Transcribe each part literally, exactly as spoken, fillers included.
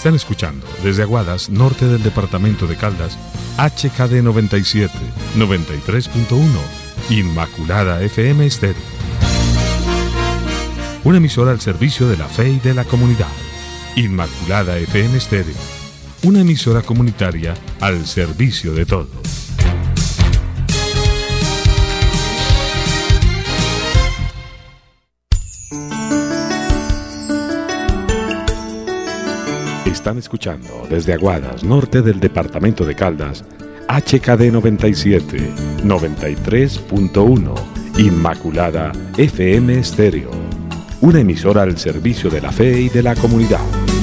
Están escuchando desde Aguadas, norte del departamento de Caldas, H K D noventa y siete, noventa y tres punto uno, Inmaculada F M Estéreo. Una emisora al servicio de la fe y de la comunidad. Inmaculada F M Estéreo. Una emisora comunitaria al servicio de todos. Están escuchando desde Aguadas, norte del departamento de Caldas, H K D noventa y siete, noventa y tres punto uno, Inmaculada F M Estéreo. Una emisora al servicio de la fe y de la comunidad.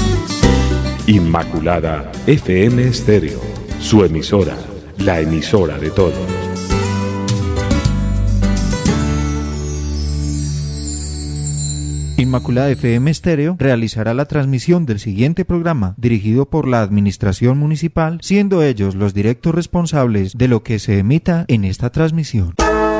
Inmaculada F M Estéreo, su emisora, la emisora de todos. Inmaculada F M Estéreo realizará la transmisión del siguiente programa dirigido por la Administración Municipal, siendo ellos los directos responsables de lo que se emita en esta transmisión.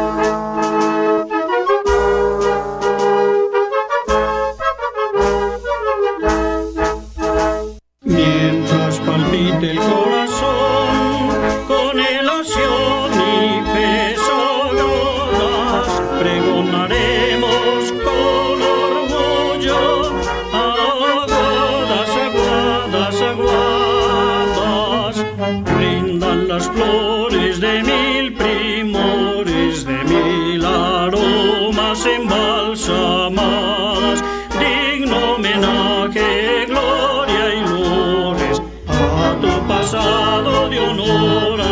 Mientras palpite el corazón con ilusión y fe sagradas, pregonaremos con orgullo aguadas, aguadas, aguadas. Brindan las flores de mil primores, de mil aromas embalsamadas, digno homenaje, gloria y lores a tu pasado de honor,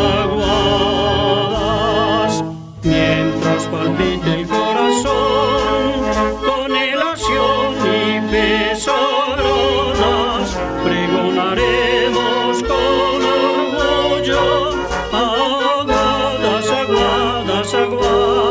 Aguadas. Mientras palpite el corazón con elación y fe sagradas, pregonaremos con orgullo Aguadas, Aguadas, Aguadas.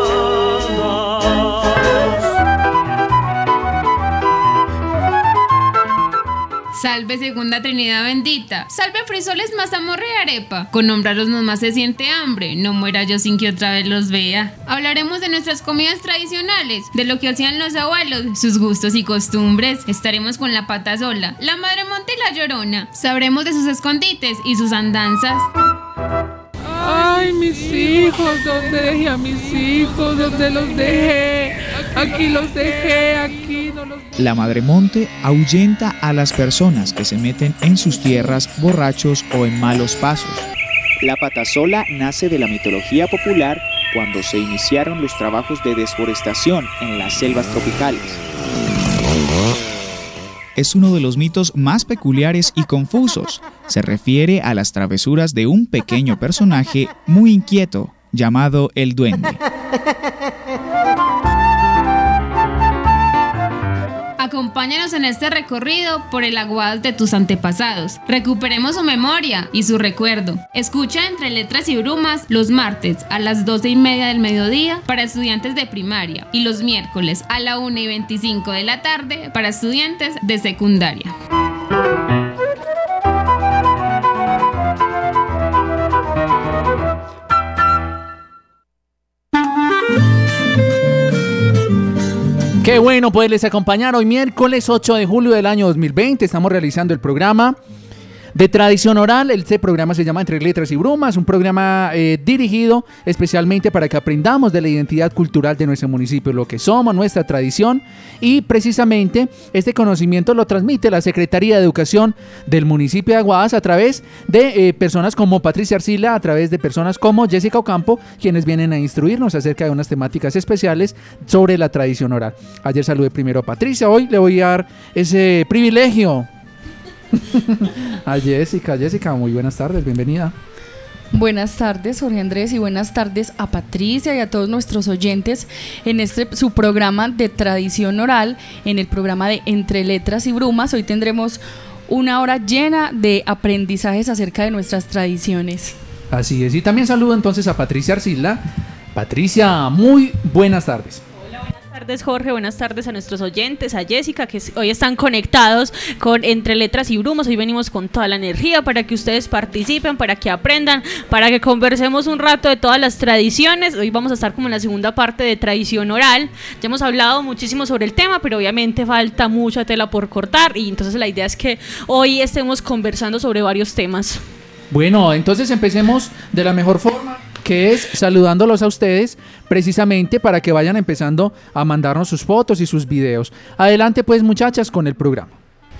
Salve segunda Trinidad bendita, salve frisoles, mazamorra y arepa, con nombrarlos nomás se siente hambre, no muera yo sin que otra vez los vea. Hablaremos de nuestras comidas tradicionales, de lo que hacían los abuelos, sus gustos y costumbres, estaremos con la patasola, la madre monte y la llorona, sabremos de sus escondites y sus andanzas. Ay, mis hijos, ¿dónde dejé a mis hijos? ¿Dónde los dejé? Aquí los dejé, aquí no los... La Madre Monte ahuyenta a las personas que se meten en sus tierras borrachos o en malos pasos. La patasola nace de la mitología popular cuando se iniciaron los trabajos de desforestación en las selvas tropicales. Es uno de los mitos más peculiares y confusos. Se refiere a las travesuras de un pequeño personaje muy inquieto llamado el Duende. Acompáñanos en este recorrido por el Aguadas de tus antepasados. Recuperemos su memoria y su recuerdo. Escucha Entre Letras y Brumas los martes a las doce y media del mediodía para estudiantes de primaria y los miércoles a la una y veinticinco de la tarde para estudiantes de secundaria. Qué bueno poderles acompañar hoy miércoles ocho de julio del año dos mil veinte. Estamos realizando el programa de tradición oral. Este programa se llama Entre Letras y Brumas, un programa eh, dirigido especialmente para que aprendamos de la identidad cultural de nuestro municipio, lo que somos, nuestra tradición, y precisamente este conocimiento lo transmite la Secretaría de Educación del municipio de Aguadas a través de eh, personas como Patricia Arcila, a través de personas como Jessica Ocampo, quienes vienen a instruirnos acerca de unas temáticas especiales sobre la tradición oral. Ayer saludé primero a Patricia, hoy le voy a dar ese privilegio a Jessica. Jessica, muy buenas tardes, bienvenida. Buenas tardes, Jorge Andrés, y buenas tardes a Patricia y a todos nuestros oyentes en este su programa de tradición oral, en el programa de Entre Letras y Brumas. Hoy tendremos una hora llena de aprendizajes acerca de nuestras tradiciones. Así es, y también saludo entonces a Patricia Arcila. Patricia, muy buenas tardes. tardes, Jorge, buenas tardes a nuestros oyentes, a Jessica, que hoy están conectados con Entre Letras y Brumas. Hoy venimos con toda la energía para que ustedes participen, para que aprendan, para que conversemos un rato de todas las tradiciones. Hoy vamos a estar como en la segunda parte de tradición oral. Ya hemos hablado muchísimo sobre el tema, pero obviamente falta mucha tela por cortar, y entonces la idea es que hoy estemos conversando sobre varios temas. Bueno, entonces empecemos de la mejor forma, que es saludándolos a ustedes, precisamente para que vayan empezando a mandarnos sus fotos y sus videos. Adelante pues, muchachas, con el programa.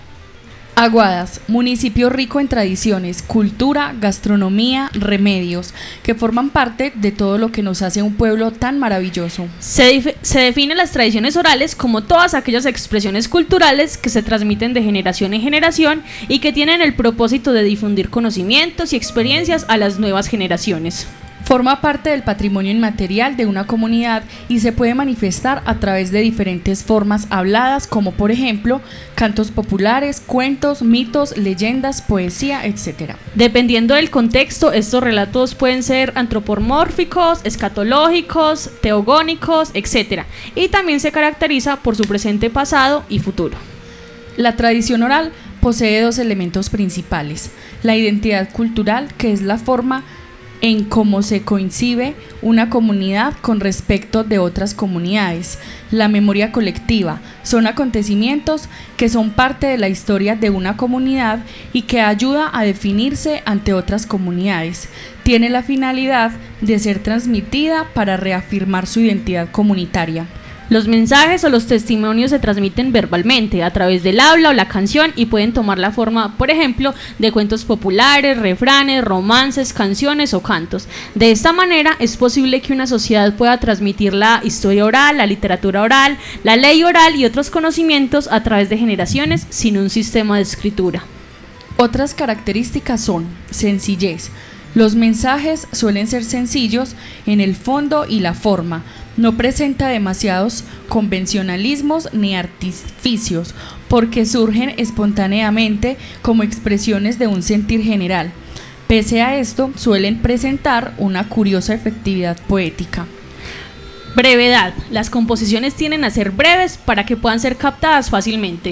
Aguadas, municipio rico en tradiciones, cultura, gastronomía, remedios, que forman parte de todo lo que nos hace un pueblo tan maravilloso. Se, dif- se definen las tradiciones orales como todas aquellas expresiones culturales que se transmiten de generación en generación y que tienen el propósito de difundir conocimientos y experiencias a las nuevas generaciones. Forma parte del patrimonio inmaterial de una comunidad y se puede manifestar a través de diferentes formas habladas, como por ejemplo cantos populares, cuentos, mitos, leyendas, poesía, etcétera. Dependiendo del contexto, estos relatos pueden ser antropomórficos, escatológicos, teogónicos, etcétera. Y también se caracteriza por su presente, pasado y futuro. La tradición oral posee dos elementos principales: la identidad cultural, que es la forma en cómo se concibe una comunidad con respecto de otras comunidades. La memoria colectiva son acontecimientos que son parte de la historia de una comunidad y que ayuda a definirse ante otras comunidades. Tiene la finalidad de ser transmitida para reafirmar su identidad comunitaria. Los mensajes o los testimonios se transmiten verbalmente a través del habla o la canción y pueden tomar la forma, por ejemplo, de cuentos populares, refranes, romances, canciones o cantos. De esta manera es posible que una sociedad pueda transmitir la historia oral, la literatura oral, la ley oral y otros conocimientos a través de generaciones sin un sistema de escritura. Otras características son sencillez. Los mensajes suelen ser sencillos en el fondo y la forma. No presenta demasiados convencionalismos ni artificios, porque surgen espontáneamente como expresiones de un sentir general. Pese a esto, suelen presentar una curiosa efectividad poética. Brevedad. Las composiciones tienden a ser breves para que puedan ser captadas fácilmente.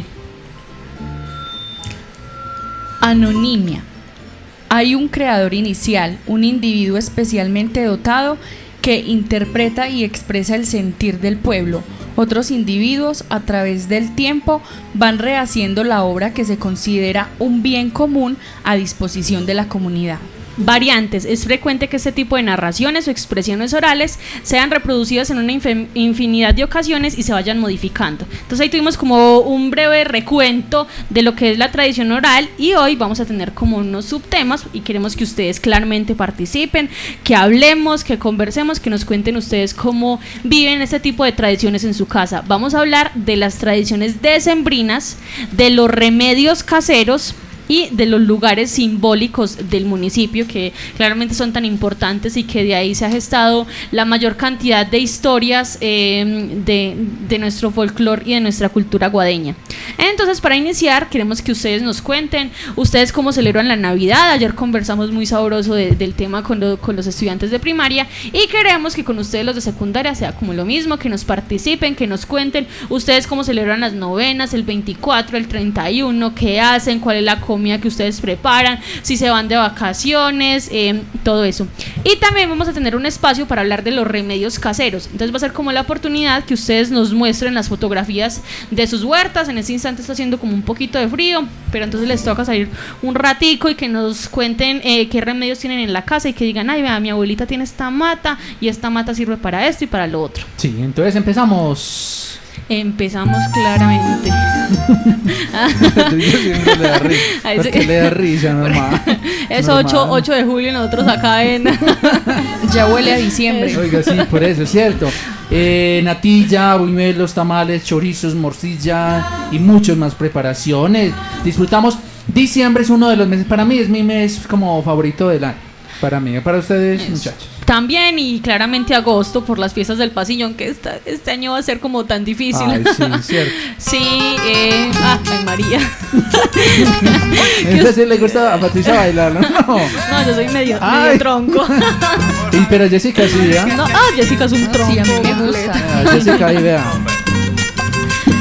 Anonimia. Hay un creador inicial, un individuo especialmente dotado que interpreta y expresa el sentir del pueblo. Otros individuos, a través del tiempo, van rehaciendo la obra que se considera un bien común a disposición de la comunidad. Variantes. Es frecuente que este tipo de narraciones o expresiones orales sean reproducidas en una inf- infinidad de ocasiones y se vayan modificando. Entonces ahí tuvimos como un breve recuento de lo que es la tradición oral, y hoy vamos a tener como unos subtemas y queremos que ustedes claramente participen, que hablemos, que conversemos, que nos cuenten ustedes cómo viven este tipo de tradiciones en su casa. Vamos a hablar de las tradiciones decembrinas, de los remedios caseros y de los lugares simbólicos del municipio, que claramente son tan importantes y que de ahí se ha gestado la mayor cantidad de historias eh, de, de nuestro folclore y de nuestra cultura guadeña. Entonces, para iniciar, queremos que ustedes nos cuenten ustedes cómo celebran la Navidad. Ayer conversamos muy sabroso de, del tema con, lo, con los estudiantes de primaria, y queremos que con ustedes los de secundaria sea como lo mismo, que nos participen, que nos cuenten ustedes cómo celebran las novenas, el veinticuatro, el treinta y uno, qué hacen, cuál es la comida que ustedes preparan, si se van de vacaciones, eh, todo eso. Y también vamos a tener un espacio para hablar de los remedios caseros. Entonces va a ser como la oportunidad que ustedes nos muestren las fotografías de sus huertas. En este instante está haciendo como un poquito de frío, pero entonces les toca salir un ratico y que nos cuenten eh, qué remedios tienen en la casa, y que digan, ay, vea, mi abuelita tiene esta mata y esta mata sirve para esto y para lo otro. Sí, entonces empezamos. Empezamos claramente. ¿Por qué le da risa, normal? Es ocho de julio y nosotros acá en... Ya huele a diciembre. Oiga, sí, por eso, es cierto. Eh, natilla, buñuelos, tamales, chorizos, morcilla y muchas más preparaciones. Disfrutamos. Diciembre es uno de los meses, para mí es mi mes como favorito del año. Para mí, para ustedes, eso, muchachos. También, y claramente agosto por las fiestas del Pasillón, que esta, este año va a ser como tan difícil. Ay, sí, cierto. Sí, eh, ah, ay, María. Esta sí le gusta a Patricia bailar, ¿no? No, no, yo soy medio, medio tronco. Y, pero Jessica sí, ¿eh? No, ah, Jessica es un tronco. Sí, a mí me gusta. Ah, Jessica, ahí vea.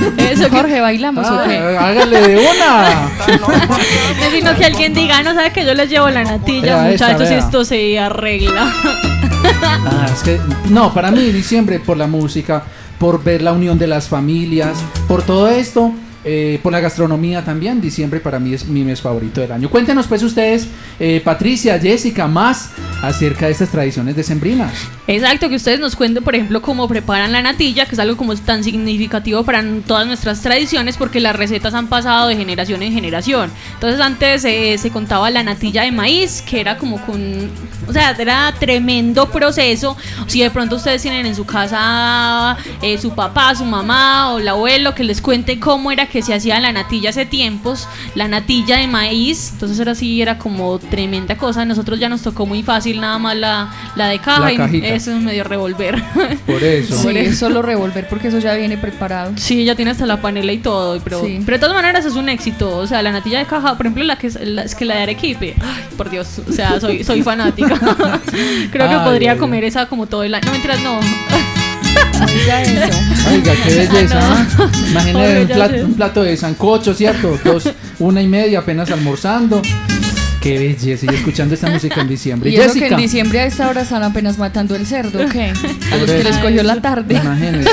Eso, Jorge, ¿bailamos Ah, o qué? hágale de una. No, sino que alguien diga, no sabe que yo les llevo la natilla, Vea esta, muchachos, y vea. esto se arregla. Ah, es que, no, para mí diciembre por la música, por ver la unión de las familias, por todo esto, eh, por la gastronomía también, diciembre para mí es mi mes favorito del año. Cuéntenos pues ustedes, eh, Patricia, Jessica, más acerca de estas tradiciones decembrinas. Exacto, que ustedes nos cuenten, por ejemplo, cómo preparan la natilla, que es algo como tan significativo para todas nuestras tradiciones, porque las recetas han pasado de generación en generación. Entonces antes eh, se contaba la natilla de maíz, que era como con, o sea, era tremendo proceso. Si de pronto ustedes tienen en su casa eh, su papá, su mamá o el abuelo, que les cuente cómo era que se hacía la natilla hace tiempos, la natilla de maíz, entonces era así, era como tremenda cosa. A nosotros ya nos tocó muy fácil nada más la, la de caja, La y cajita. eso es medio revolver. Por eso. Sí, es solo revolver porque eso ya viene preparado. Sí, ya tiene hasta la panela y todo, pero, Sí. pero de todas maneras es un éxito. O sea, la natilla de caja, por ejemplo, la que es, la, es que la de Arequipe, ay, por Dios, o sea, soy, soy fanática. Creo que Ay, podría ay, comer esa como todo el año. No, mentiras, no. Oiga eso. Oiga, qué belleza. Ah, no. ¿Ah? Imagínate Oiga, un ya plato, sé. un plato de sancocho, ¿cierto? Dos, una y media apenas almorzando. Qué belleza, y escuchando esta música en diciembre. Y eso que Jessica, en diciembre a esta hora están apenas matando el cerdo, ¿o qué? A Por los que eso. les cogió la tarde. imagínense.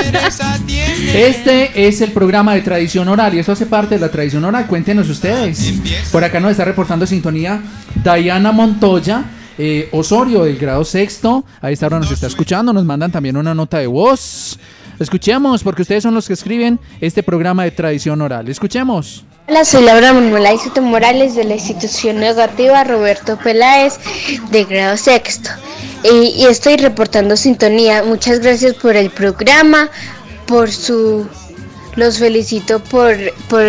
Este es el programa de tradición oral y esto hace parte de la tradición oral. Cuéntenos ustedes. Por acá nos está reportando sintonía Diana Montoya, eh, Osorio del grado sexto. A esta hora nos está escuchando. Nos mandan también una nota de voz. Escuchemos, porque ustedes son los que escriben este programa de tradición oral. Escuchemos. Hola, soy Laura Manuela Isoto Morales de la institución educativa Roberto Peláez de grado sexto y, y estoy reportando sintonía. Muchas gracias por el programa, por su, los felicito por, por,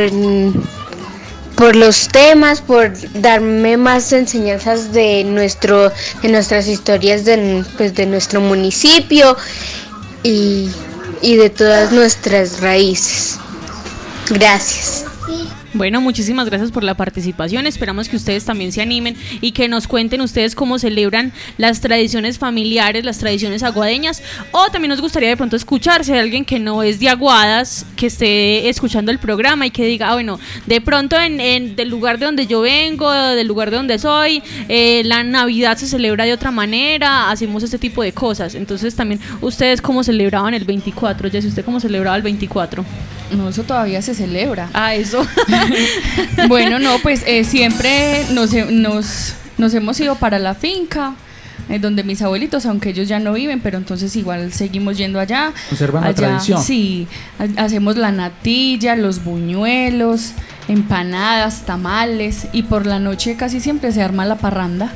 por los temas, por darme más enseñanzas de nuestro, de nuestras historias de, pues, de nuestro municipio y, y de todas nuestras raíces. Gracias. Bueno, muchísimas gracias por la participación. Esperamos que ustedes también se animen y que nos cuenten ustedes cómo celebran las tradiciones familiares, las tradiciones aguadeñas. O también nos gustaría de pronto escuchar si hay alguien que no es de Aguadas, que esté escuchando el programa y que diga, ah, bueno, de pronto en, en del lugar de donde yo vengo, del lugar de donde soy, eh, la Navidad se celebra de otra manera, hacemos este tipo de cosas. Entonces también ustedes cómo celebraban el veinticuatro. Jessy, ¿usted cómo celebraba el veinticuatro? No, eso todavía se celebra. Ah, eso. Bueno, no, pues eh, siempre nos, he- nos, nos hemos ido para la finca, eh, donde mis abuelitos, aunque ellos ya no viven, pero entonces igual seguimos yendo allá. Conservan la Allá, tradición. Sí, ha- hacemos la natilla, los buñuelos, empanadas, tamales, y por la noche casi siempre se arma la parranda.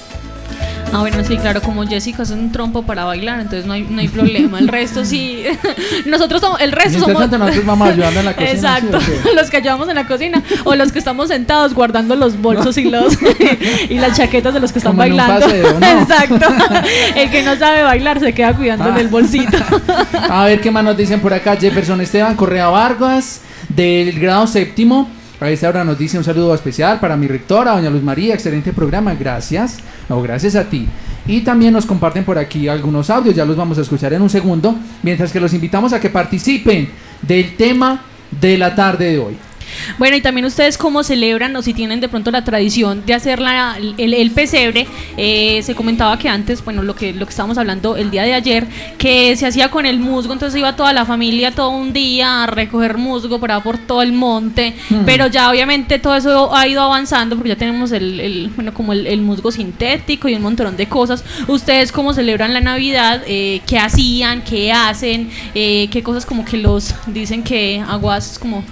Ah, bueno, sí, claro, como Jessica es un trompo para bailar, entonces no hay, no hay problema. El resto sí. Nosotros somos, el resto Mientras somos. tanto, nosotros vamos ayudando en la cocina. Exacto, ¿sí o qué? los que ayudamos en la cocina o los que estamos sentados guardando los bolsos y los y las chaquetas de los que están Como en un bailando. paseo, ¿no? Exacto. El que no sabe bailar se queda cuidando en Ah. el bolsito. A ver qué más nos dicen por acá. Jefferson Esteban Correa Vargas, del grado séptimo. A esta hora nos dice un saludo especial para mi rectora, doña Luz María. Excelente programa, gracias. No, gracias a ti. Y también nos comparten por aquí algunos audios, ya los vamos a escuchar en un segundo. Mientras que los invitamos a que participen del tema de la tarde de hoy. Bueno, y también ustedes cómo celebran o si tienen de pronto la tradición de hacer la, el, el pesebre. Eh, se comentaba que antes, bueno, lo que, lo que estábamos hablando el día de ayer, que se hacía con el musgo, entonces iba toda la familia todo un día a recoger musgo por, por todo el monte, Hmm. pero ya obviamente todo eso ha ido avanzando porque ya tenemos el, el bueno, como el, el musgo sintético y un montón de cosas. Ustedes cómo celebran la Navidad, eh, qué hacían, qué hacen, eh, qué cosas como que los dicen que aguas es como...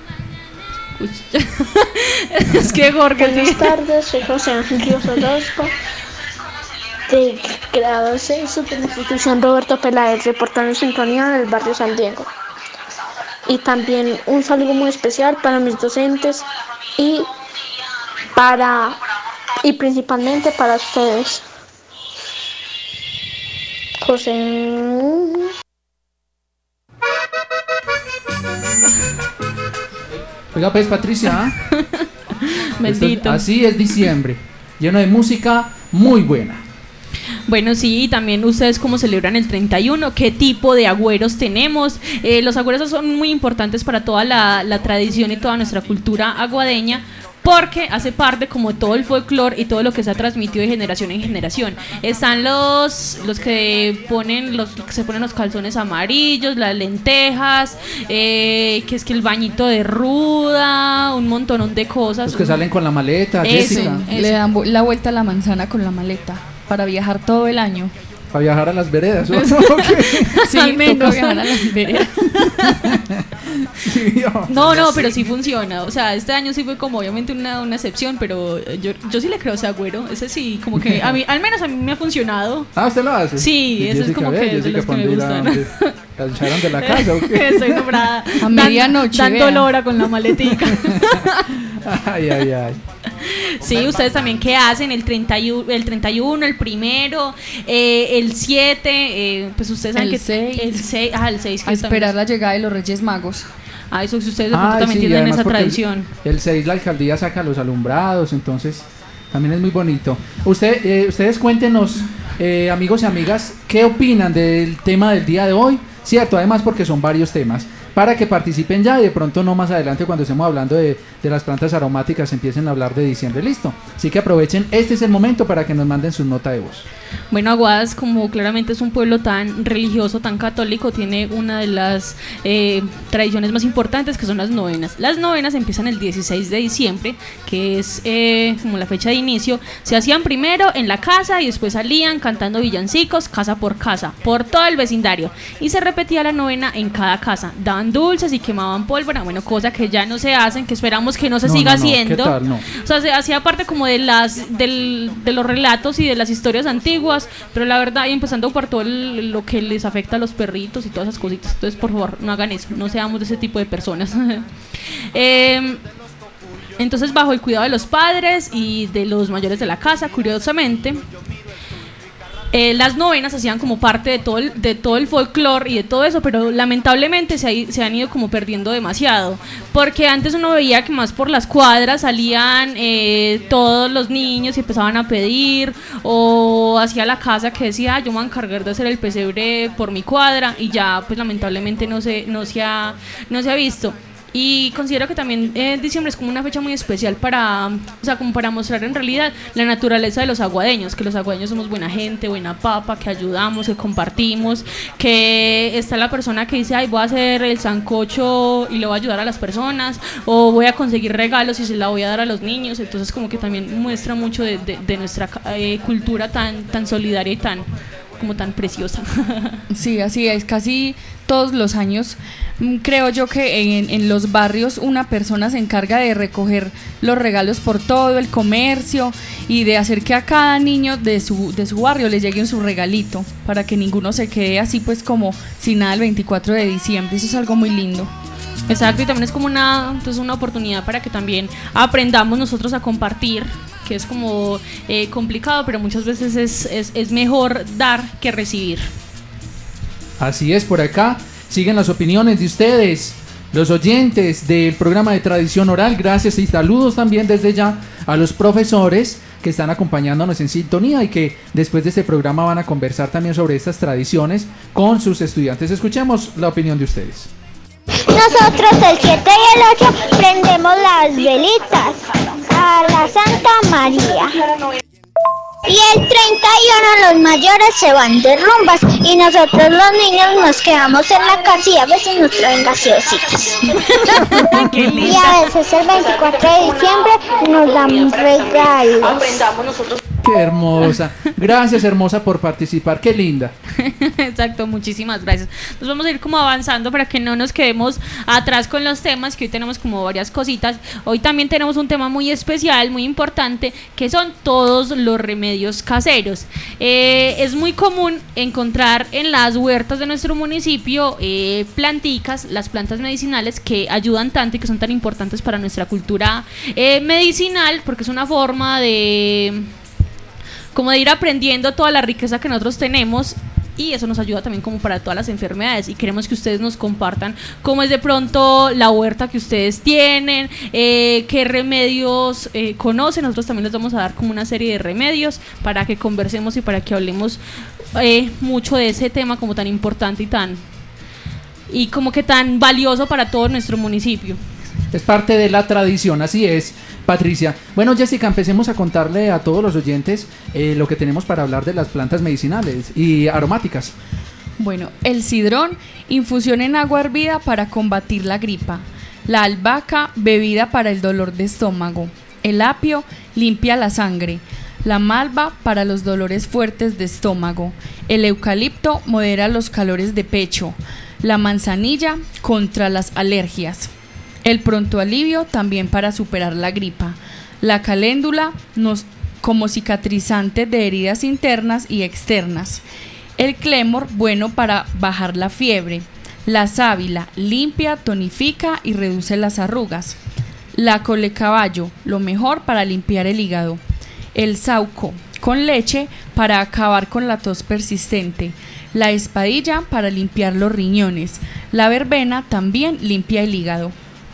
Es que Jorge, Buenas sí. tardes, soy José Ángel Ríos Orozco, de grado seis de la institución Roberto Peláez, reportando en sintonía del barrio San Diego. Y también un saludo muy especial para mis docentes y para y principalmente para ustedes. José. Oiga, pues, Patricia. ¿ah? Bendito. Esto- así es diciembre, lleno de música muy buena. Bueno, sí, y también ustedes cómo celebran el treinta y uno, qué tipo de agüeros tenemos. Eh, los agüeros son muy importantes para toda la, la tradición y toda nuestra cultura aguadeña, porque hace parte como todo el folclore y todo lo que se ha transmitido de generación en generación. Están los los que ponen los que se ponen los calzones amarillos, las lentejas, eh, que es que el bañito de ruda, un montonón de cosas. Los que salen con la maleta, Eso, Jessica. eso. Le dan la vuelta a la manzana con la maleta para viajar todo el año. Para viajar a las veredas. ¿O? Sí, Al menos. toca viajar a las veredas. Sí, No, no, pero sí funciona. O sea, este año sí fue como obviamente una, una excepción, pero yo, yo sí le creo a ese agüero. Ese sí, como que a mí, al menos a mí me ha funcionado. Ah, ¿usted lo hace? Sí, eso es como que es de los que me gustan. ¿La echaron de la casa o qué? Estoy nombrada. A medianoche, Dando vea. lora con la maletica. Ay, ay, ay. Sí, ustedes también, ¿qué hacen? El treinta y uno, el, treinta y uno, el primero, eh, el siete, eh, pues ustedes saben El que seis. el seis, ah, el seis, que A esperar también- la llegada de los Reyes Magos. Ah, eso, si ustedes de Ay, pronto también sí, y tienen además esa porque el- tradición. El seis la alcaldía saca los alumbrados, entonces también es muy bonito. Usted, eh, ustedes cuéntenos, eh, amigos y amigas, ¿qué opinan del tema del día de hoy? Cierto, además porque son varios temas, para que participen ya y de pronto no más adelante cuando estemos hablando de, de las plantas aromáticas empiecen a hablar de diciembre, listo. Así que aprovechen, este es el momento para que nos manden su nota de voz. Bueno, Aguadas, como claramente es un pueblo tan religioso, tan católico, tiene una de las eh, tradiciones más importantes, que son las novenas. Las novenas empiezan el dieciséis de diciembre, que es eh, como la fecha de inicio. Se hacían primero en la casa y después salían cantando villancicos casa por casa, por todo el vecindario, y se repetía la novena en cada casa. Daban dulces y quemaban pólvora, bueno, cosa que ya no se hacen, que esperamos que no se No, siga no, no, ¿qué haciendo. tal? No. O sea, se hacía parte como de las del, de los relatos y de las historias antiguas, pero la verdad, y empezando por todo el- lo que les afecta a los perritos y todas esas cositas. Entonces, por favor, no hagan eso, no seamos de ese tipo de personas. eh, entonces, bajo el cuidado de los padres y de los mayores de la casa, curiosamente, Eh, las novenas hacían como parte de todo el, de todo el folclore y de todo eso, pero lamentablemente se, ha- se han ido como perdiendo demasiado, porque antes uno veía que más por las cuadras salían eh, todos los niños y empezaban a pedir, o hacía la casa que decía, "Ah, yo me voy a encargar de hacer el pesebre por mi cuadra", y ya pues lamentablemente no se, no se, ha, no se ha visto. Y considero que también eh, diciembre es como una fecha muy especial para, o sea, como para mostrar en realidad la naturaleza de los aguadeños, que los aguadeños somos buena gente, buena papa, que ayudamos, que compartimos, que está la persona que dice, ay, voy a hacer el sancocho y le voy a ayudar a las personas, o voy a conseguir regalos y se la voy a dar a los niños. Entonces como que también muestra mucho de, de, de nuestra eh, cultura tan, tan solidaria y tan, como tan preciosa. Sí, así es, casi todos los años mm, creo yo que en, en los barrios una persona se encarga de recoger los regalos por todo el comercio y de hacer que a cada niño de su, de su barrio le llegue su regalito, para que ninguno se quede así pues como sin nada el veinticuatro de diciembre. Eso es algo muy lindo. Exacto, y también es como una, entonces una oportunidad para que también aprendamos nosotros a compartir, que es como eh, complicado, pero muchas veces es, es, es mejor dar que recibir. Así es, por acá siguen las opiniones de ustedes, los oyentes del programa de Tradición Oral. Gracias y saludos también desde ya a los profesores que están acompañándonos en sintonía y que después de este programa van a conversar también sobre estas tradiciones con sus estudiantes. Escuchemos la opinión de ustedes. Nosotros el siete y el ocho prendemos las velitas a la Santa María. Y el treinta y uno los mayores se van de rumbas y nosotros los niños nos quedamos en la casa y a veces nos traen gaseositas. Y a veces el veinticuatro de diciembre nos dan regalos. Qué hermosa. Gracias, hermosa, por participar. Qué linda. Exacto, muchísimas gracias. Nos vamos a ir como avanzando para que no nos quedemos atrás con los temas, que hoy tenemos como varias cositas. Hoy también tenemos un tema muy especial, muy importante, que son todos los remedios caseros. Eh, es muy común encontrar en las huertas de nuestro municipio eh, planticas, las plantas medicinales que ayudan tanto y que son tan importantes para nuestra cultura eh, medicinal, porque es una forma de como de ir aprendiendo toda la riqueza que nosotros tenemos y eso nos ayuda también como para todas las enfermedades, y queremos que ustedes nos compartan cómo es de pronto la huerta que ustedes tienen, eh, qué remedios eh, conocen. Nosotros también les vamos a dar como una serie de remedios para que conversemos y para que hablemos eh, mucho de ese tema como tan importante y tan y como que tan valioso para todo nuestro municipio. Es parte de la tradición, así es, Patricia. Bueno, Jessica, empecemos a contarle a todos los oyentes eh, lo que tenemos para hablar de las plantas medicinales y aromáticas. Bueno, el cidrón, infusión en agua hervida para combatir la gripa. La albahaca, bebida para el dolor de estómago. El apio, limpia la sangre. La malva, para los dolores fuertes de estómago. El eucalipto, modera los calores de pecho. La manzanilla, contra las alergias. El pronto alivio, también para superar la gripa. La caléndula, nos, como cicatrizante de heridas internas y externas. El clémor, bueno para bajar la fiebre. La sábila, limpia, tonifica y reduce las arrugas. La colecaballo, lo mejor para limpiar el hígado. El sauco, con leche, para acabar con la tos persistente. La espadilla, para limpiar los riñones. La verbena también limpia el hígado.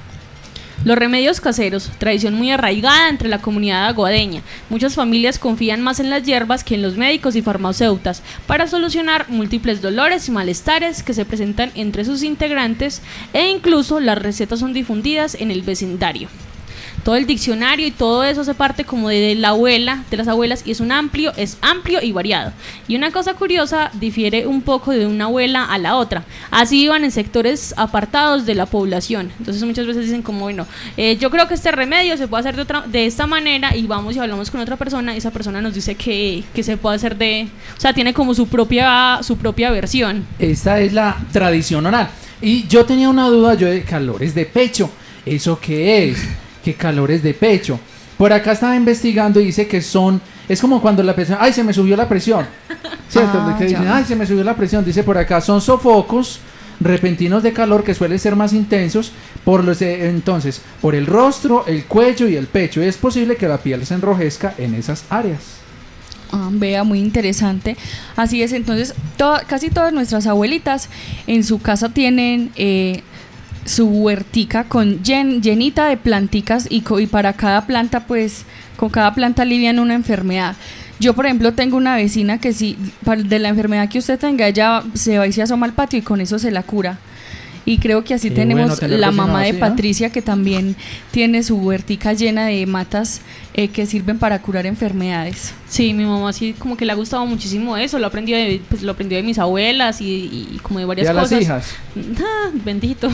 Los remedios caseros, tradición muy arraigada entre la comunidad aguadeña. Muchas familias confían más en las hierbas que en los médicos y farmacéuticas para solucionar múltiples dolores y malestares que se presentan entre sus integrantes, e incluso las recetas son difundidas en el vecindario. Todo el diccionario y todo eso se parte como de la abuela, de las abuelas, y es un amplio, es amplio y variado. Y una cosa curiosa, difiere un poco de una abuela a la otra. Así iban en sectores apartados de la población. Entonces muchas veces dicen como, bueno, eh, yo creo que este remedio se puede hacer de, otra, de esta manera, y vamos y hablamos con otra persona, y esa persona nos dice que, que se puede hacer de... O sea, tiene como su propia, su propia versión. Esta es la tradición oral. Y yo tenía una duda yo de calores de pecho. ¿Eso qué es? ¿Qué calores de pecho? Por acá estaba investigando y dice que son... Es como cuando la persona... ¡Ay, se me subió la presión! ¿Cierto? Ah, que dicen, ya. ¡ay, se me subió la presión! Dice por acá, son sofocos repentinos de calor que suelen ser más intensos por los de, entonces, por el rostro, el cuello y el pecho. Es posible que la piel se enrojezca en esas áreas. Ah, vea, muy interesante. Así es, entonces, to- casi todas nuestras abuelitas en su casa tienen... Eh, su huertica con llen, llenita de planticas, y, co- y para cada planta, pues, con cada planta alivian una enfermedad. Yo, por ejemplo, tengo una vecina que si para- de la enfermedad que usted tenga, ella se va y se asoma al patio y con eso se la cura. Y creo que así Qué tenemos bueno tener la vecinos mamá de así, ¿no? Patricia, que también tiene su huertica llena de matas eh, que sirven para curar enfermedades. Sí, mi mamá sí como que le ha gustado muchísimo eso, lo aprendió de, pues, lo aprendió de mis abuelas y, y como de varias ¿Y a cosas. las hijas? Ah, bendito.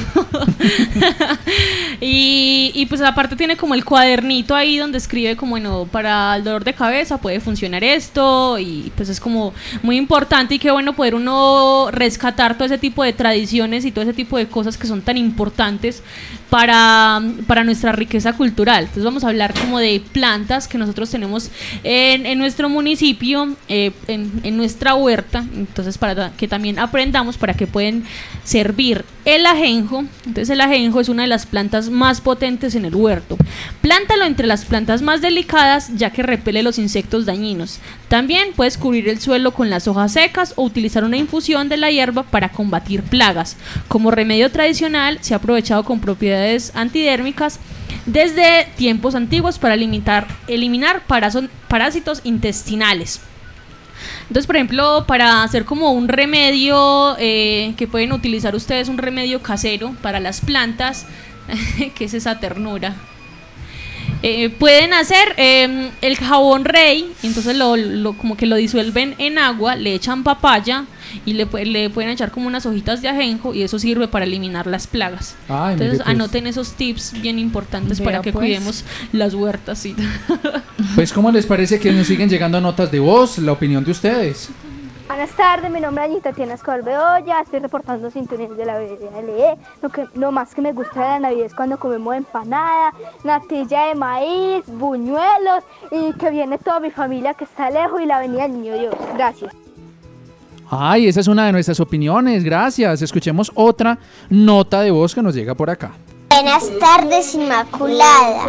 y, y pues aparte tiene como el cuadernito ahí donde escribe como, bueno, para el dolor de cabeza puede funcionar esto, y pues es como muy importante, y qué bueno poder uno rescatar todo ese tipo de tradiciones y todo ese tipo de cosas que son tan importantes para, para nuestra riqueza cultural. Entonces vamos a hablar como de plantas que nosotros tenemos en, en nuestro municipio, eh, en, en nuestra huerta, entonces para que también aprendamos para qué pueden servir. El ajenjo, entonces el ajenjo es una de las plantas más potentes en el huerto. Plántalo entre las plantas más delicadas, ya que repele los insectos dañinos. También puedes cubrir el suelo con las hojas secas o utilizar una infusión de la hierba para combatir plagas. Como remedio tradicional se ha aprovechado con propiedades antidérmicas desde tiempos antiguos para limitar, eliminar paraso- parásitos intestinales. Entonces, por ejemplo, para hacer como un remedio eh, que pueden utilizar ustedes, un remedio casero para las plantas, que es esa ternura. Eh, pueden hacer eh, el jabón rey, entonces lo, lo, como que lo disuelven en agua, le echan papaya y le, pu- le pueden echar como unas hojitas de ajenjo, y eso sirve para eliminar las plagas. Ay, Entonces mire, pues. anoten esos tips bien importantes Vea, para que pues. cuidemos las huertas. ¿Sí? Pues, ¿cómo les parece que nos siguen llegando notas de voz? La opinión de ustedes. Buenas tardes, mi nombre es Anita Tatiana Escobar Bedoya, estoy reportando sintonías de la B L E. Lo, que, lo más que me gusta de la Navidad es cuando comemos empanada, natilla de maíz, buñuelos, y que viene toda mi familia que está lejos, y la avenida del Niño Dios. Gracias. Ay, esa es una de nuestras opiniones, gracias. Escuchemos otra nota de voz que nos llega por acá. Buenas tardes, Inmaculada.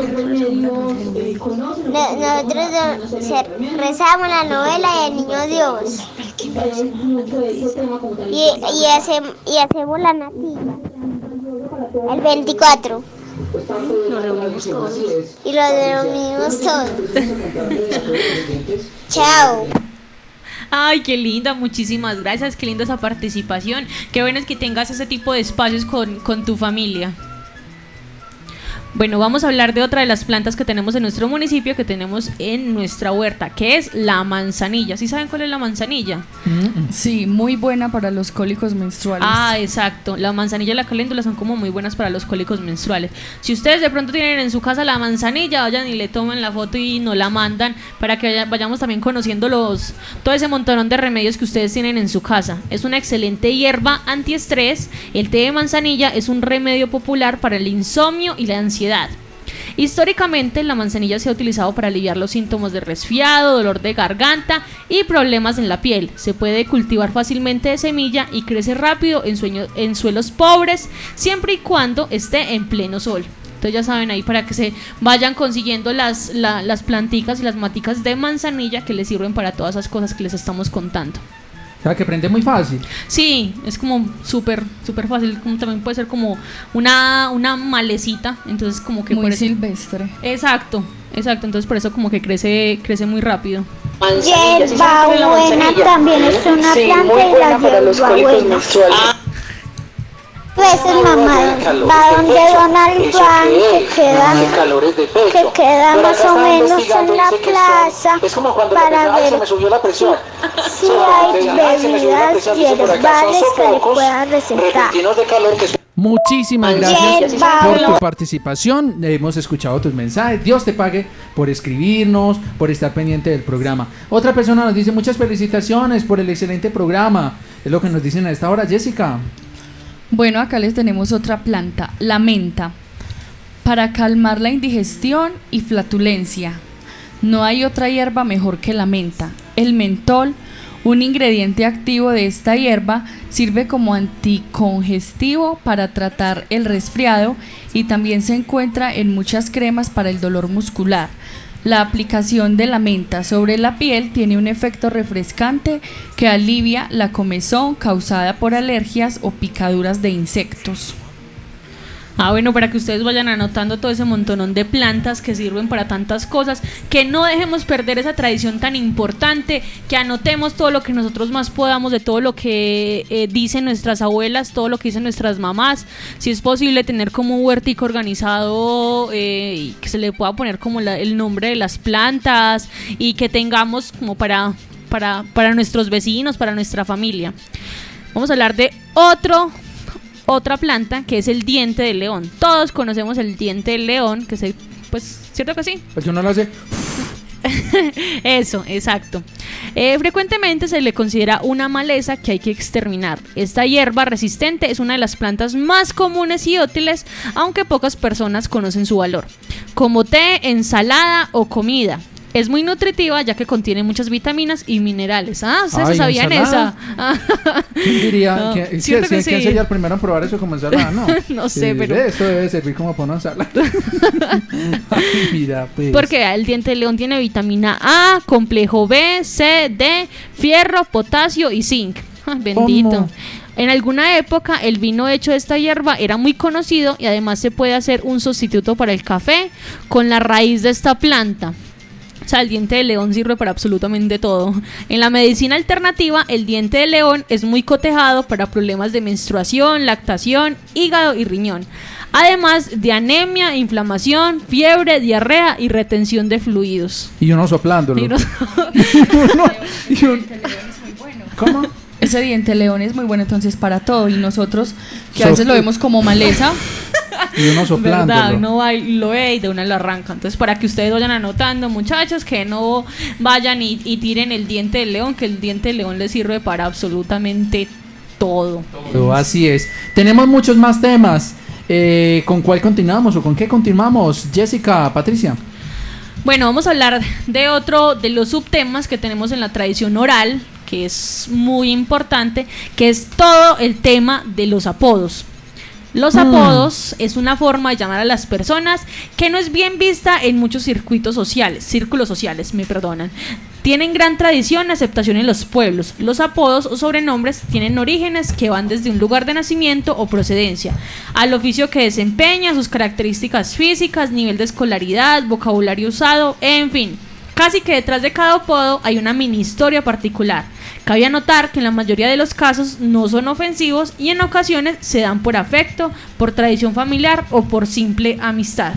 No- nosotros do- se- rezamos la novela y el Niño Dios. Y, y, hacem- y hacemos la nativa. El veinticuatro. Nos reunimos todos. Y lo reunimos todos. Chao. Ay, qué linda, muchísimas gracias, qué linda esa participación. Qué bueno es que tengas ese tipo de espacios con, con tu familia. Bueno, vamos a hablar de otra de las plantas que tenemos en nuestro municipio, que tenemos en nuestra huerta, que es la manzanilla. ¿Sí saben cuál es la manzanilla? Sí, muy buena para los cólicos menstruales. Ah, exacto. La manzanilla y la caléndula son como muy buenas para los cólicos menstruales. Si ustedes de pronto tienen en su casa la manzanilla, vayan y le toman la foto y nos la mandan para que vaya- vayamos también conociendo los todo ese montón de remedios que ustedes tienen en su casa. Es una excelente hierba antiestrés. El té de manzanilla es un remedio popular para el insomnio y la ansiedad. Históricamente, la manzanilla se ha utilizado para aliviar los síntomas de resfriado, dolor de garganta y problemas en la piel. Se puede cultivar fácilmente de semilla y crece rápido en, sueño- en suelos pobres, siempre y cuando esté en pleno sol. Entonces ya saben ahí para que se vayan consiguiendo las, la- las planticas y las maticas de manzanilla que les sirven para todas esas cosas que les estamos contando. O sea, que prende muy fácil. Sí, es como súper, súper fácil. Como también puede ser como una, una malecita. Entonces como que Muy por eso- silvestre. Exacto, exacto. Entonces por eso como que crece, crece muy rápido. Hierba buena también es una planta y la hierba buena. A veces mamá va donde Donald Juan, que queda, que queda más o menos en la plaza, para ver si hay bebidas hierbales que le puedan recetar. Muchísimas gracias Hierba por tu buena. participación. Hemos escuchado tus mensajes. Dios te pague por escribirnos, por estar pendiente del programa. Otra persona nos dice muchas felicitaciones por el excelente programa. Es lo que nos dicen a esta hora, Jessica. Bueno, acá les tenemos otra planta, la menta, para calmar la indigestión y flatulencia. No hay otra hierba mejor que la menta. El mentol, un ingrediente activo de esta hierba, sirve como anticongestivo para tratar el resfriado y también se encuentra en muchas cremas para el dolor muscular. La aplicación de la menta sobre la piel tiene un efecto refrescante que alivia la comezón causada por alergias o picaduras de insectos. Ah, bueno, para que ustedes vayan anotando todo ese montonón de plantas que sirven para tantas cosas, que no dejemos perder esa tradición tan importante, que anotemos todo lo que nosotros más podamos de todo lo que eh, dicen nuestras abuelas, todo lo que dicen nuestras mamás. Si es posible tener como un huertico organizado eh, y que se le pueda poner como la- el nombre de las plantas y que tengamos como para, para, para nuestros vecinos, para nuestra familia. Vamos a hablar de otro otra planta que es el diente de león. Todos conocemos el diente de león, que se, pues, ¿cierto que sí? Pues yo no lo hace. Eso, exacto. Eh, frecuentemente se le considera una maleza que hay que exterminar. Esta hierba resistente es una de las plantas más comunes y útiles, aunque pocas personas conocen su valor. Como té, ensalada o comida. Es muy nutritiva ya que contiene muchas vitaminas y minerales. Ah, ustedes Ay, sabían ¿ensalada? esa. ¿Quién diría? No, que, ¿cierto que ¿Quién sí? sería el primero en probar eso como ensalada? No, No sé, Sí, pero- Esto debe servir como para una ensalada. Ay, mira, pues. Porque vea, el diente de león tiene vitamina A, complejo B, C, D, fierro, potasio y zinc. Ah, bendito. ¿Cómo? En alguna época el vino hecho de esta hierba era muy conocido y además se puede hacer un sustituto para el café con la raíz de esta planta. O sea, el diente de león sirve para absolutamente todo. En la medicina alternativa, el diente de león es muy cotejado para problemas de menstruación, lactación, hígado y riñón. Además de anemia, inflamación, fiebre, diarrea y retención de fluidos. Y uno soplándolo. Y uno- Y uno- ¿Cómo? Ese diente de león es muy bueno entonces para todo y nosotros que a Sopl- veces lo vemos como maleza. Y uno soplándolo. ¿Verdad? Uno va y lo ve y de una lo arranca. Entonces, para que ustedes vayan anotando, muchachos, que no vayan y, y tiren el diente de león, que el diente de león les sirve para absolutamente todo. Todo, así es. Tenemos muchos más temas. Eh, ¿Con cuál continuamos o con qué continuamos? Jessica, Patricia. Bueno, vamos a hablar de otro de los subtemas que tenemos en la tradición oral, que es muy importante, que es todo el tema de los apodos. Los apodos mm. es una forma de llamar a las personas que no es bien vista en muchos circuitos sociales, círculos sociales, me perdonan. Tienen gran tradición y aceptación en los pueblos. Los apodos o sobrenombres tienen orígenes que van desde un lugar de nacimiento o procedencia, al oficio que desempeña, sus características físicas, nivel de escolaridad, vocabulario usado, en fin. Casi que detrás de cada apodo hay una mini historia particular. Cabe anotar que en la mayoría de los casos no son ofensivos y en ocasiones se dan por afecto, por tradición familiar o por simple amistad.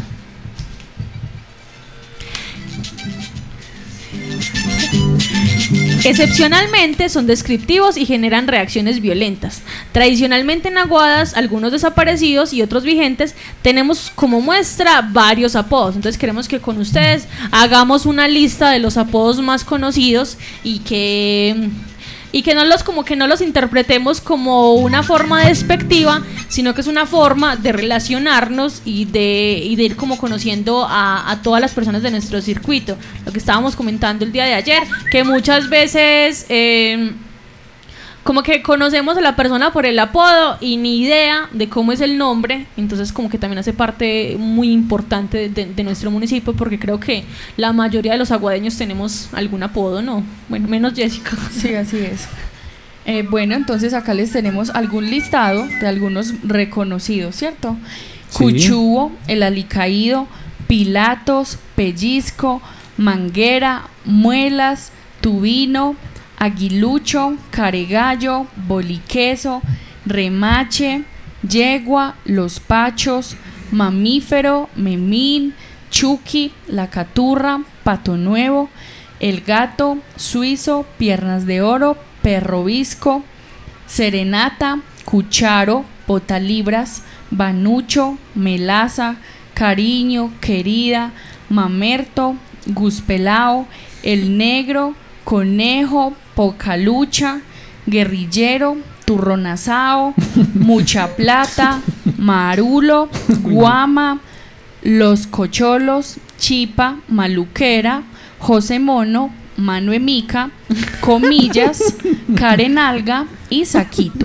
Excepcionalmente son descriptivos y generan reacciones violentas. Tradicionalmente en Aguadas, algunos desaparecidos y otros vigentes, tenemos como muestra varios apodos. Entonces queremos que con ustedes hagamos una lista de los apodos más conocidos y que... y que no los como que no los interpretemos como una forma despectiva, sino que es una forma de relacionarnos y de, y de ir como conociendo a, a todas las personas de nuestro circuito. Lo que estábamos comentando el día de ayer, que muchas veces eh, como que conocemos a la persona por el apodo y ni idea de cómo es el nombre, entonces como que también hace parte muy importante de, de nuestro municipio, porque creo que la mayoría de los aguadeños tenemos algún apodo, ¿no? Bueno, menos Jessica. Sí, así es. Eh, bueno, entonces acá les tenemos algún listado de algunos reconocidos, ¿cierto? Sí. Cuchubo, el alicaído, Pilatos, Pellizco, Manguera, Muelas, Tubino, Aguilucho, Caregallo, Boliqueso, Remache, Yegua, Los Pachos, Mamífero, Memín, Chucky, La Caturra, Pato Nuevo, El Gato, Suizo, Piernas de Oro, Perro Visco, Serenata, Cucharo, Botalibras, Banucho, Melaza, Cariño, Querida, Mamerto, Guspelao, El Negro, Conejo, Pocalucha, Guerrillero, Turronazao, Mucha Plata, Marulo, Guama, Los Cocholos, Chipa, Maluquera, José Mono, Mano Emica, Comillas, Carenalga y Saquito.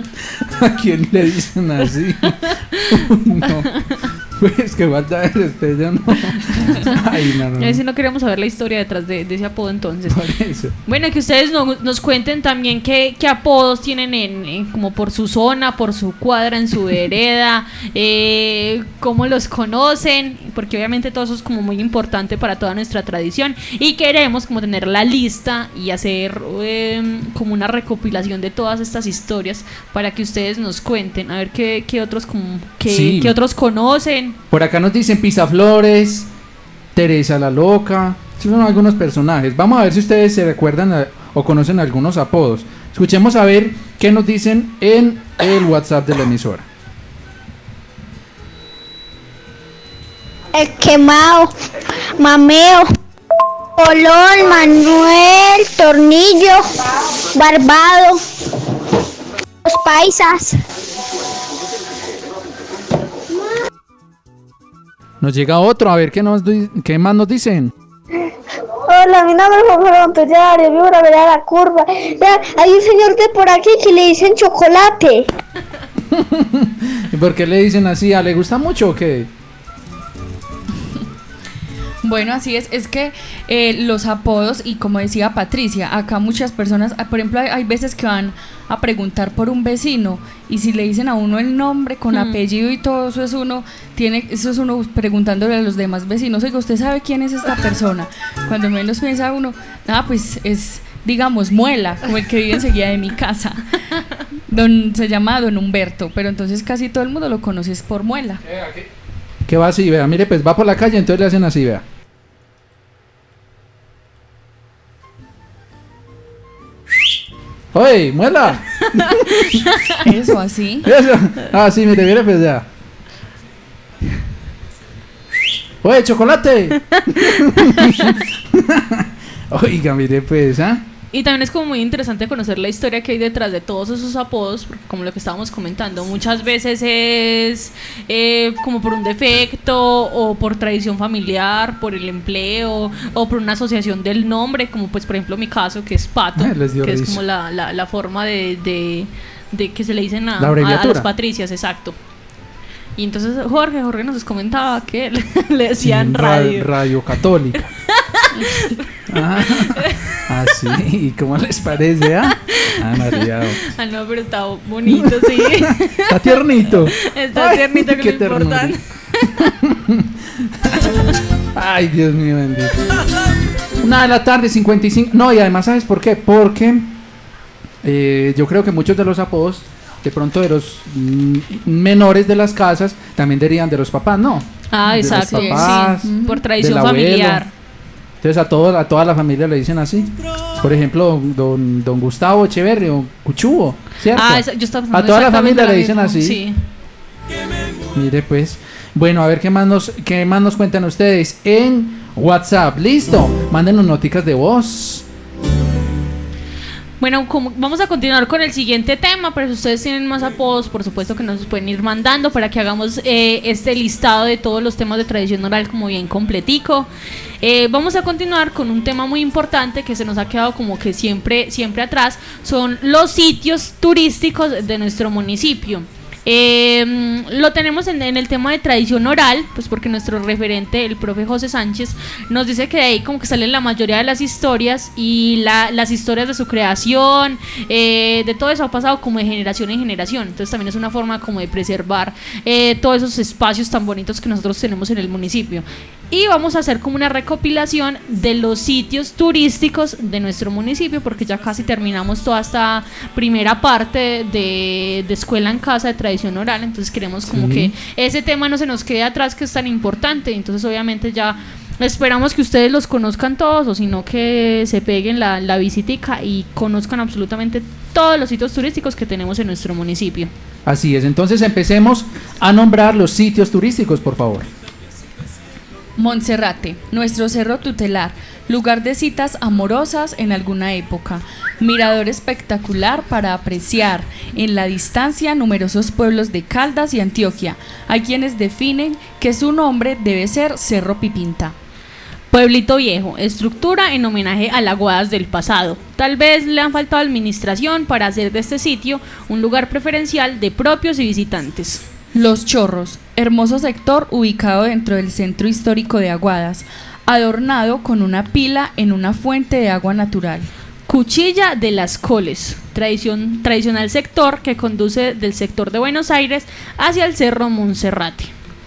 ¿A quién le dicen así? Uy, no. Pues que falta de respeto, ¿no? Ay, no, no. Si no queremos saber la historia detrás de, de ese apodo, entonces. Por eso. Bueno, que ustedes no, nos cuenten también qué, qué apodos tienen en, en como por su zona, por su cuadra, en su vereda, eh, cómo los conocen, porque obviamente todo eso es como muy importante para toda nuestra tradición y queremos como tener la lista y hacer eh, como una recopilación de todas estas historias para que ustedes nos cuenten, a ver qué, qué otros como qué, sí. qué otros conocen. Por acá nos dicen Pisaflores, Teresa la Loca, son algunos personajes. Vamos a ver si ustedes se recuerdan a, o conocen algunos apodos. Escuchemos a ver qué nos dicen en el WhatsApp de la emisora. El Quemado, Mameo, Olón, Manuel, Tornillo, Barbado, Los Paisas. Nos llega otro, a ver qué, nos, qué más nos dicen. Hola, mi nombre es Juan Montoyario, vivo en la vereda de la curva. Ya, hay un señor de por aquí que le dicen chocolate. ¿Y por qué le dicen así? ¿A le gusta mucho o qué? Bueno, así es, es que eh, los apodos, y como decía Patricia, acá muchas personas, por ejemplo, hay, hay veces que van a preguntar por un vecino y si le dicen a uno el nombre con hmm. apellido y todo eso es uno, tiene, eso es uno preguntándole a los demás vecinos, oiga, ¿usted sabe quién es esta persona? Cuando menos piensa uno, nada, pues es, digamos, Muela, como el que vive enseguida de mi casa. Don, se llama Don Humberto, pero entonces casi todo el mundo lo conoce es por Muela. ¿Qué va así? Vea, mire, pues va por la calle, entonces le hacen así, vea. ¡Oye, Muela! Eso, así. Eso. Ah, sí, mire, mire, pues ya. ¡Oye, chocolate! Oiga, mire, pues, ¿ah? ¿eh? Y también es como muy interesante conocer la historia que hay detrás de todos esos apodos, porque como lo que estábamos comentando, muchas veces es eh, como por un defecto o por tradición familiar, por el empleo o por una asociación del nombre, como pues por ejemplo mi caso que es Pato, Ay, que risa. Es como la, la, la forma de, de, de que se le dicen a, la a, a las Patricias, exacto. Y entonces Jorge, Jorge nos comentaba que le, le decían Sí, radio. ra- Radio católica. Ah, ah, sí. ¿Y cómo les parece? Ah, ah María. Ah, no, pero está bonito, sí. Está tiernito. Está Ay, tiernito, que qué lo ternura. importante. Ay, Dios mío bendito. Una de la tarde, cincuenta y cinco. No, y además, ¿sabes por qué? Porque eh, yo creo que muchos de los apodos, de pronto de los mm, menores de las casas, también dirían de los papás, ¿no? Ah, De los exacto, papás, sí, por tradición del abuelo. familiar. Entonces a, todo, a toda la familia le dicen así. Por ejemplo, don, don Gustavo Echeverri o Cuchubo, ¿cierto? Ah, esa- yo estaba a pensando toda la exactamente familia lo le dicen mismo, así. sí. Mire pues. Bueno, a ver qué más nos, qué más nos cuentan ustedes en WhatsApp. Listo. Mándenos noticas de voz. Bueno, como vamos a continuar con el siguiente tema, pero si ustedes tienen más apodos, por supuesto que nos pueden ir mandando para que hagamos eh, este listado de todos los temas de tradición oral como bien completico. Eh, vamos a continuar con un tema muy importante que se nos ha quedado como que siempre, siempre atrás, son los sitios turísticos de nuestro municipio. Eh, lo tenemos en, en el tema de tradición oral, pues porque nuestro referente, el profe José Sánchez, nos dice que de ahí como que salen la mayoría de las historias y la, las historias de su creación, eh, de todo eso ha pasado como de generación en generación. Entonces también es una forma como de preservar eh, todos esos espacios tan bonitos que nosotros tenemos en el municipio. Y vamos a hacer como una recopilación de los sitios turísticos de nuestro municipio, porque ya casi terminamos toda esta primera parte de, de escuela en casa de tradición oral. Entonces queremos como Sí. que ese tema no se nos quede atrás, que es tan importante. Entonces obviamente ya esperamos que ustedes los conozcan todos, o si no que se peguen la, la visitica y conozcan absolutamente todos los sitios turísticos que tenemos en nuestro municipio. Así es. Entonces empecemos a nombrar los sitios turísticos, por favor. Monserrate, nuestro cerro tutelar, lugar de citas amorosas en alguna época, mirador espectacular para apreciar en la distancia numerosos pueblos de Caldas y Antioquia. Hay quienes definen que su nombre debe ser Cerro Pipinta. Pueblito Viejo, estructura en homenaje a las Guadas del pasado. Tal vez le han faltado administración para hacer de este sitio un lugar preferencial de propios y visitantes. Los Chorros, hermoso sector ubicado dentro del centro histórico de Aguadas, adornado con una pila en una fuente de agua natural. Cuchilla de las Coles, tradición, tradicional sector que conduce del sector de Buenos Aires hacia el Cerro Monserrate.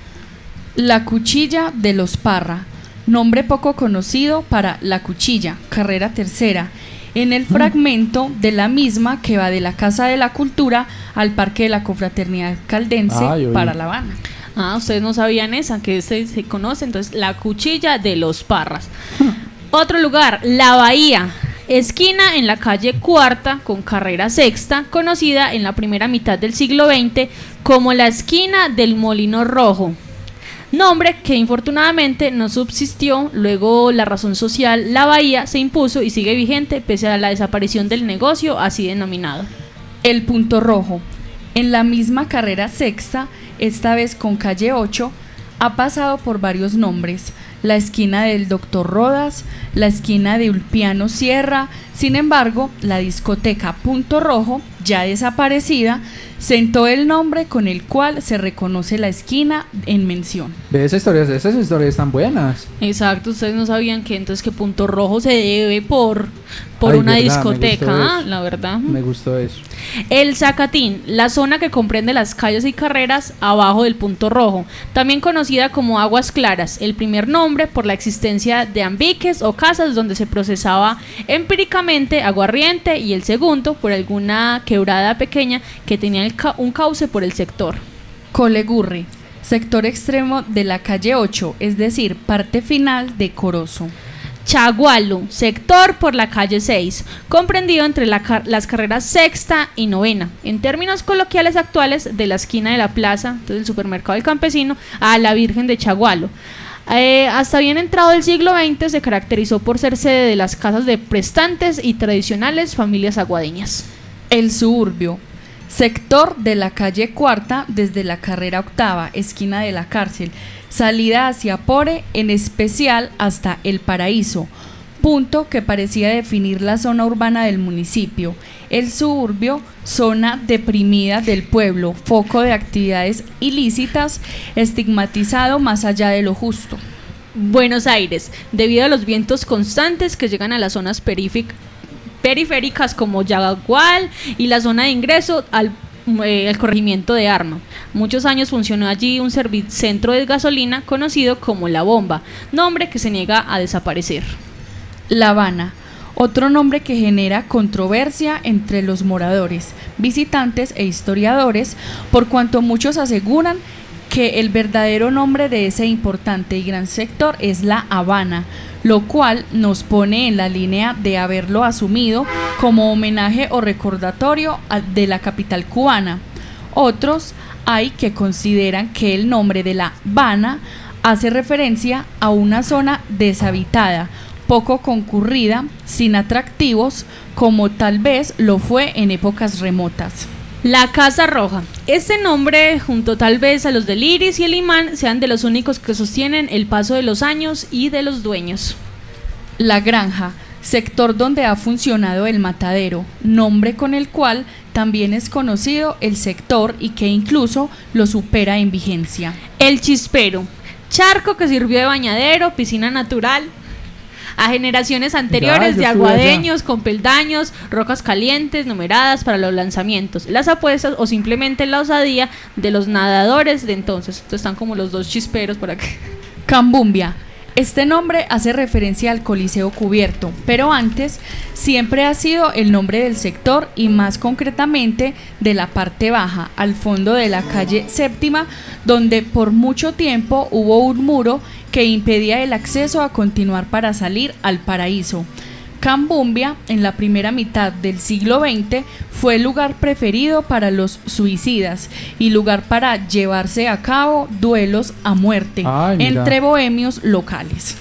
La Cuchilla de los Parra, nombre poco conocido para La Cuchilla, carrera tercera, en el fragmento de la misma que va de la Casa de la Cultura al Parque de la Confraternidad Caldense Ay, oí. para La Habana. Ah, ustedes no sabían esa, que este se conoce, entonces la Cuchilla de los Parras. Otro lugar, La Bahía, esquina en la calle Cuarta con carrera sexta, conocida en la primera mitad del siglo veinte como la esquina del Molino Rojo. Nombre que infortunadamente no subsistió, luego la razón social La Bahía se impuso y sigue vigente pese a la desaparición del negocio así denominado. El Punto Rojo, en la misma carrera sexta, esta vez con calle ocho, ha pasado por varios nombres: la esquina del Doctor Rodas, la esquina de Ulpiano Sierra. Sin embargo, la discoteca Punto Rojo, ya desaparecida, sentó el nombre con el cual se reconoce la esquina en mención. Ve esas historias, esas historias están buenas. Exacto, ustedes no sabían que entonces que Punto Rojo se debe por, por Ay, una verdad, me discoteca, gustó ¿ah? eso. La verdad. Me gustó eso. El Zacatín, la zona que comprende las calles y carreras abajo del Punto Rojo, también conocida como Aguas Claras, el primer nombre por la existencia de ambiques o casas donde se procesaba empíricamente aguardiente, y el segundo por alguna quebrada pequeña que tenía el ca- un cauce por el sector. Colegurri, sector extremo de la calle ocho, es decir, parte final de Corozo. Chagualo, sector por la calle seis, comprendido entre la car- las carreras sexta y novena, en términos coloquiales actuales, de la esquina de la plaza, entonces el supermercado del campesino, a la Virgen de Chagualo. Eh, hasta bien entrado el siglo veinte se caracterizó por ser sede de las casas de prestantes y tradicionales familias aguadeñas. El Suburbio, sector de la calle Cuarta desde la carrera octava, esquina de la cárcel, salida hacia Pore, en especial hasta El Paraíso, punto que parecía definir la zona urbana del municipio. El suburbio, zona deprimida del pueblo, foco de actividades ilícitas, estigmatizado más allá de lo justo. Buenos Aires, debido a los vientos constantes que llegan a las zonas periféricas periféricas como Yagual y la zona de ingreso al eh, el corregimiento de Arma. Muchos años funcionó allí un servicentro de gasolina conocido como La Bomba, nombre que se niega a desaparecer. La Habana, otro nombre que genera controversia entre los moradores, visitantes e historiadores, por cuanto muchos aseguran que el verdadero nombre de ese importante y gran sector es La Habana, lo cual nos pone en la línea de haberlo asumido como homenaje o recordatorio de la capital cubana. Otros hay que consideran que el nombre de La Habana hace referencia a una zona deshabitada, poco concurrida, sin atractivos, como tal vez lo fue en épocas remotas. La Casa Roja. Este nombre, junto tal vez a los del Iris y el Imán, sean de los únicos que sostienen el paso de los años y de los dueños. La Granja, sector donde ha funcionado el matadero, nombre con el cual también es conocido el sector y que incluso lo supera en vigencia. El Chispero, charco que sirvió de bañadero, piscina natural a generaciones anteriores de aguadeños con peldaños, rocas calientes numeradas para los lanzamientos, las apuestas o simplemente la osadía de los nadadores de entonces. Entonces están como los dos chisperos por aquí. Cambumbia. Este nombre hace referencia al Coliseo Cubierto, pero antes siempre ha sido el nombre del sector y más concretamente de la parte baja, al fondo de la calle Séptima, donde por mucho tiempo hubo un muro que impedía el acceso a continuar para salir al paraíso. Cambumbia, en la primera mitad del siglo veinte, fue el lugar preferido para los suicidas y lugar para llevarse a cabo duelos a muerte Ay, entre bohemios locales.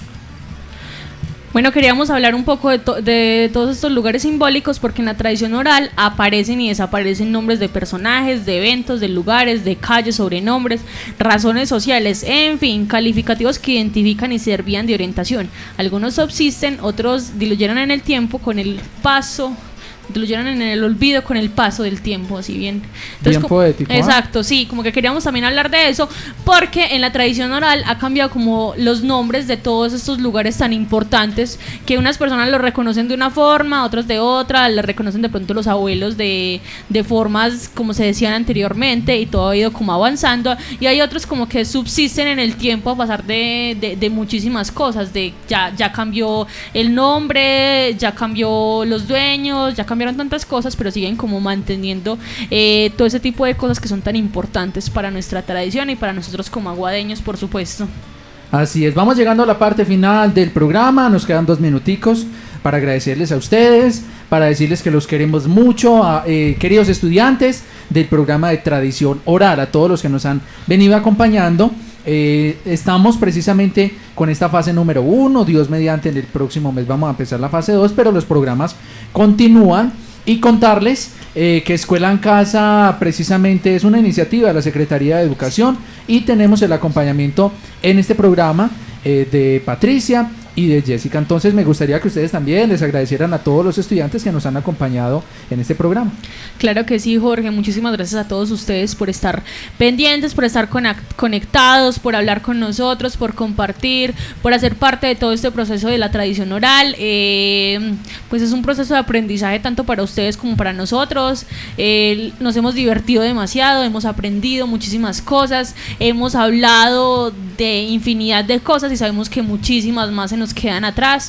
Bueno, queríamos hablar un poco de, to- de todos estos lugares simbólicos porque en la tradición oral aparecen y desaparecen nombres de personajes, de eventos, de lugares, de calles, sobrenombres, razones sociales, en fin, calificativos que identifican y servían de orientación. Algunos subsisten, otros diluyeron en el tiempo con el paso... diluyeron en el olvido con el paso del tiempo, así bien. Entonces, bien poético. Exacto, ¿eh? Sí, como que queríamos también hablar de eso, porque en la tradición oral ha cambiado como los nombres de todos estos lugares tan importantes, que unas personas los reconocen de una forma, otros de otra, los reconocen de pronto los abuelos de, de formas como se decían anteriormente, y todo ha ido como avanzando, y hay otros como que subsisten en el tiempo a pasar de, de, de muchísimas cosas, de ya, ya cambió el nombre, ya cambió los dueños, ya cambiaron tantas cosas, pero siguen como manteniendo eh, todo ese tipo de cosas que son tan importantes para nuestra tradición y para nosotros como aguadeños, por supuesto. Así es, vamos llegando a la parte final del programa, nos quedan dos minuticos para agradecerles a ustedes, para decirles que los queremos mucho, a, eh, queridos estudiantes del programa de tradición oral, a todos los que nos han venido acompañando. Eh, estamos precisamente con esta fase número uno, Dios mediante en el próximo mes vamos a empezar la fase dos, pero los programas continúan. Y contarles eh, que Escuela en Casa precisamente es una iniciativa de la Secretaría de Educación y tenemos el acompañamiento en este programa eh, de Patricia y de Jessica. Entonces me gustaría que ustedes también les agradecieran a todos los estudiantes que nos han acompañado en este programa. Claro que sí, Jorge, muchísimas gracias a todos ustedes por estar pendientes, por estar conectados, por hablar con nosotros, por compartir, por hacer parte de todo este proceso de la tradición oral. Eh, pues es un proceso de aprendizaje tanto para ustedes como para nosotros. Eh, nos hemos divertido demasiado, hemos aprendido muchísimas cosas, hemos hablado de infinidad de cosas y sabemos que muchísimas más se nos quedan atrás,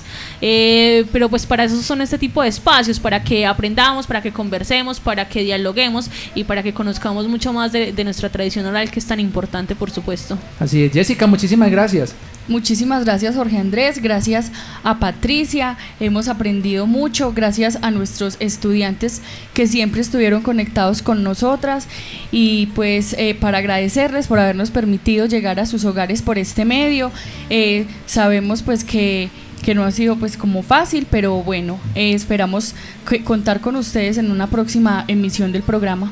eh, pero pues para eso son este tipo de espacios, para que aprendamos, para que conversemos, para que dialoguemos y para que conozcamos mucho más de, de nuestra tradición oral, que es tan importante, por supuesto. Así es, Jessica, muchísimas gracias. Muchísimas gracias, Jorge Andrés, gracias a Patricia, hemos aprendido mucho, gracias a nuestros estudiantes que siempre estuvieron conectados con nosotras y pues eh, para agradecerles por habernos permitido llegar a sus hogares por este medio. Eh, sabemos pues que que no ha sido pues como fácil, pero bueno, eh, esperamos que, contar con ustedes en una próxima emisión del programa.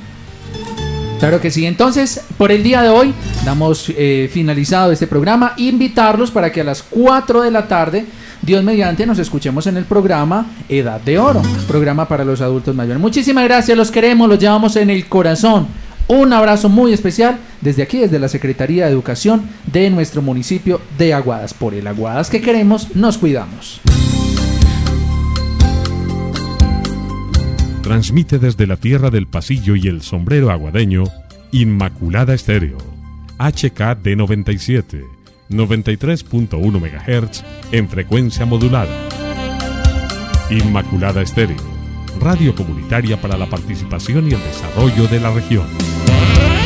Claro que sí, entonces por el día de hoy damos eh, finalizado este programa, invitarlos para que a las cuatro de la tarde Dios mediante nos escuchemos en el programa Edad de Oro, programa para los adultos mayores. Muchísimas gracias, los queremos, los llevamos en el corazón. Un abrazo muy especial desde aquí, desde la Secretaría de Educación de nuestro municipio de Aguadas. Por el Aguadas que queremos, nos cuidamos. Transmite desde la tierra del pasillo y el sombrero aguadeño Inmaculada Estéreo, H K D noventa y siete, noventa y tres punto uno megahertz en frecuencia modulada. Inmaculada Estéreo, radio comunitaria para la participación y el desarrollo de la región.